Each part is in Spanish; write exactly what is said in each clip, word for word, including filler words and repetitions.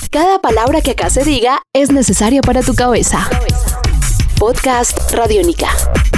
Cada palabra que acá se diga es necesaria para tu cabeza. Podcast Radiónica.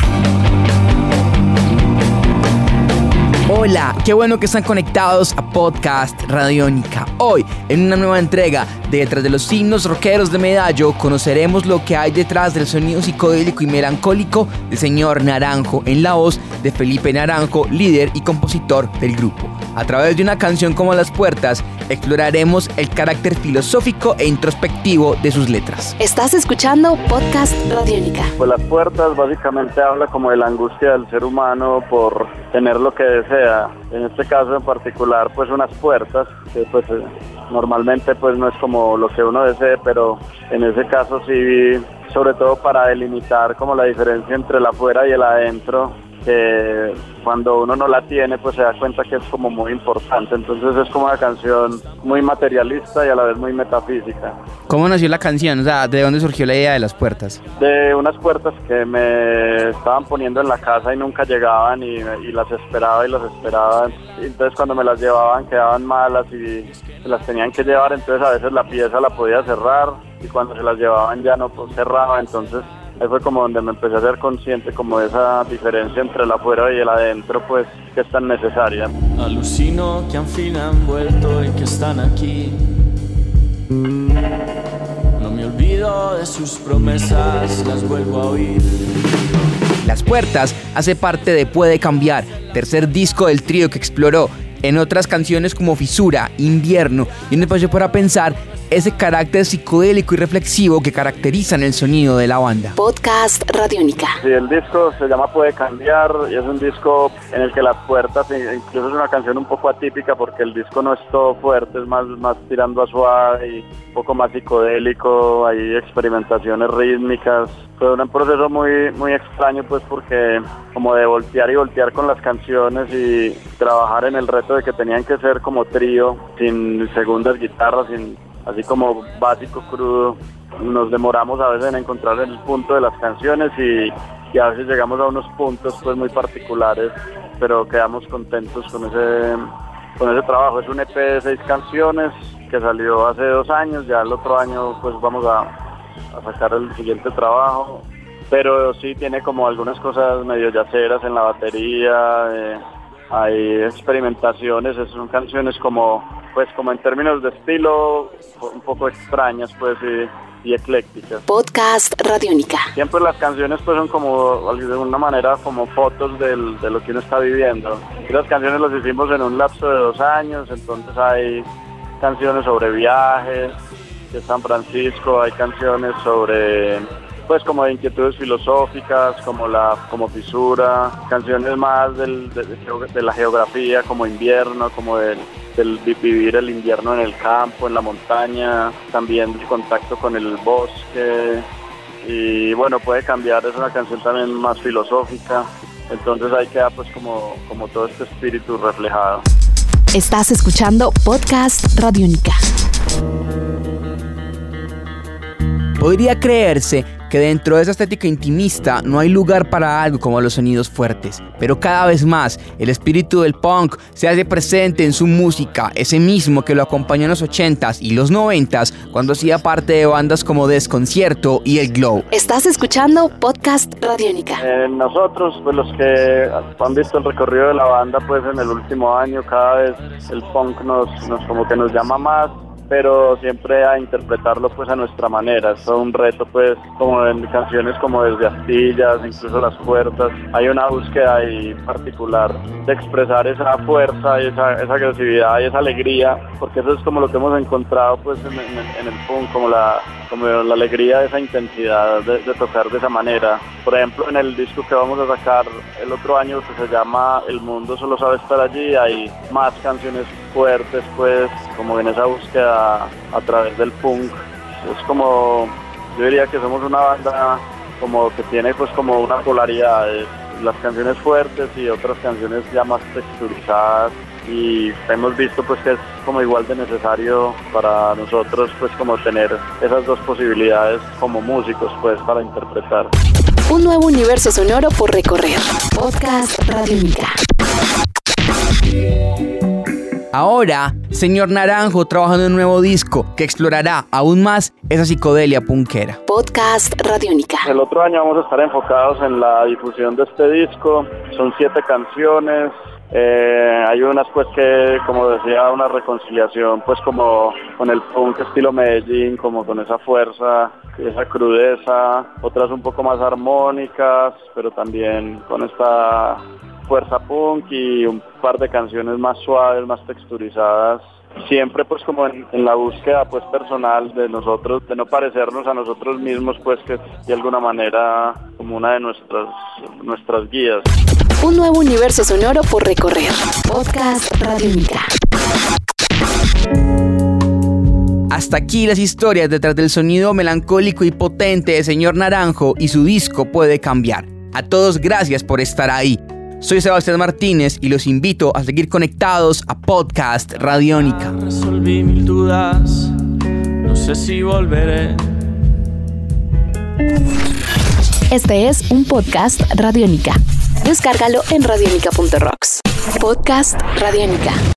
Hola, qué bueno que están conectados a Podcast Radiónica. Hoy, en una nueva entrega de Detrás de los Himnos Rockeros de Medallo, conoceremos lo que hay detrás del sonido psicodélico y melancólico del señor Naranjo, en la voz de Felipe Naranjo, líder y compositor del grupo. A través de una canción como Las Puertas, exploraremos el carácter filosófico e introspectivo de sus letras. Estás escuchando Podcast Radiónica. Pues Las Puertas básicamente habla como de la angustia del ser humano por tener lo que desea. En este caso en particular, pues unas puertas, que pues normalmente pues no es como lo que uno desee, pero en ese caso sí, sobre todo para delimitar como la diferencia entre el afuera y el adentro, que cuando uno no la tiene pues se da cuenta que es como muy importante. Entonces es como una canción muy materialista y a la vez muy metafísica. ¿Cómo nació la canción? O sea, ¿de dónde surgió la idea de Las Puertas? De unas puertas que me estaban poniendo en la casa y nunca llegaban, y, y las esperaba y las esperaba. Entonces cuando me las llevaban quedaban malas y se las tenían que llevar, entonces a veces la pieza la podía cerrar y cuando se las llevaban ya no pues, cerraba. Entonces ahí fue como donde me empecé a ser consciente como de esa diferencia entre el afuera y el adentro, pues que es tan necesaria. Alucino que al fin han vuelto y que están aquí. No me olvido de sus promesas, las vuelvo a oír. Las Puertas hace parte de Puede Cambiar, tercer disco del trío que exploró en otras canciones como Fisura, Invierno y Un Espacio para Pensar ese carácter psicodélico y reflexivo que caracterizan el sonido de la banda. Podcast Radiónica. Sí, el disco se llama Puede Cambiar y es un disco en el que Las Puertas, incluso es una canción un poco atípica porque el disco no es todo fuerte, es más, más tirando a suave y un poco más psicodélico, hay experimentaciones rítmicas. Fue un proceso muy, muy extraño pues porque como de voltear y voltear con las canciones y trabajar en el reto de que tenían que ser como trío, sin segundas guitarras, sin así como básico, crudo. Nos demoramos a veces en encontrar el punto de las canciones y, y a veces llegamos a unos puntos pues muy particulares, pero quedamos contentos con ese, con ese trabajo. Es un E P de seis canciones que salió hace dos años, ya el otro año pues vamos a, a sacar el siguiente trabajo, pero sí tiene como algunas cosas medio yaceras en la batería, eh, hay experimentaciones, son canciones como pues como en términos de estilo un poco extrañas pues y, y eclécticas. Podcast Radiónica. Siempre las canciones pues son como de alguna manera como fotos del, de lo que uno está viviendo. Y las canciones las hicimos en un lapso de dos años, entonces hay canciones sobre viajes de San Francisco, hay canciones sobre pues como de inquietudes filosóficas, como la como Fisura, canciones más del, de, de la geografía, como Invierno, como del, del vivir el invierno en el campo, en la montaña, también el contacto con el bosque. Y bueno, Puede Cambiar es una canción también más filosófica, entonces ahí queda pues como, como todo este espíritu reflejado. Estás escuchando Podcast Radiónica. Podría creerse que dentro de esa estética intimista no hay lugar para algo como los sonidos fuertes, pero cada vez más el espíritu del punk se hace presente en su música, ese mismo que lo acompañó en los ochentas y los noventas cuando hacía parte de bandas como Desconcierto y El Glow. Estás escuchando Podcast Radiónica. Eh, nosotros, pues los que han visto el recorrido de la banda, pues en el último año cada vez el punk nos, nos como que nos llama más, pero siempre a interpretarlo pues a nuestra manera. Es todo un reto pues como en canciones como Desde Astillas, incluso Las Puertas. Hay una búsqueda ahí particular de expresar esa fuerza y esa, esa agresividad y esa alegría, porque eso es como lo que hemos encontrado pues en, en, en el punk, como la, como la alegría de esa intensidad de, de tocar de esa manera. Por ejemplo, en el disco que vamos a sacar el otro año, que se llama El Mundo Solo Sabe Estar Allí, hay más canciones fuertes pues como en esa búsqueda a través del punk. Es como, yo diría que somos una banda como que tiene pues como una polaridad, las canciones fuertes y otras canciones ya más texturizadas, y hemos visto pues que es como igual de necesario para nosotros pues como tener esas dos posibilidades como músicos pues para interpretar. Un nuevo universo sonoro por recorrer. Podcast Radiónica. Ahora, Señor Naranjo trabajando en un nuevo disco que explorará aún más esa psicodelia punkera. Podcast Radiónica. El otro año vamos a estar enfocados en la difusión de este disco. Son siete canciones. Eh, hay unas pues que, como decía, una reconciliación pues como con el punk estilo Medellín, como con esa fuerza, esa crudeza, otras un poco más armónicas, pero también con esta fuerza punk, y un par de canciones más suaves, más texturizadas, siempre pues como en, en la búsqueda pues personal de nosotros, de no parecernos a nosotros mismos, pues que de alguna manera como una de nuestras, nuestras guías. Un nuevo universo sonoro por recorrer. Podcast Radiónica. Hasta aquí las historias detrás del sonido melancólico y potente de Señor Naranjo y su disco Puede Cambiar. A todos gracias por estar ahí. Soy Sebastián Martínez y los invito a seguir conectados a Podcast Radiónica. Resolví mil dudas, no sé si volveré. Este es un podcast Radiónica. Descárgalo en radiónica punto rocks. Podcast Radiónica.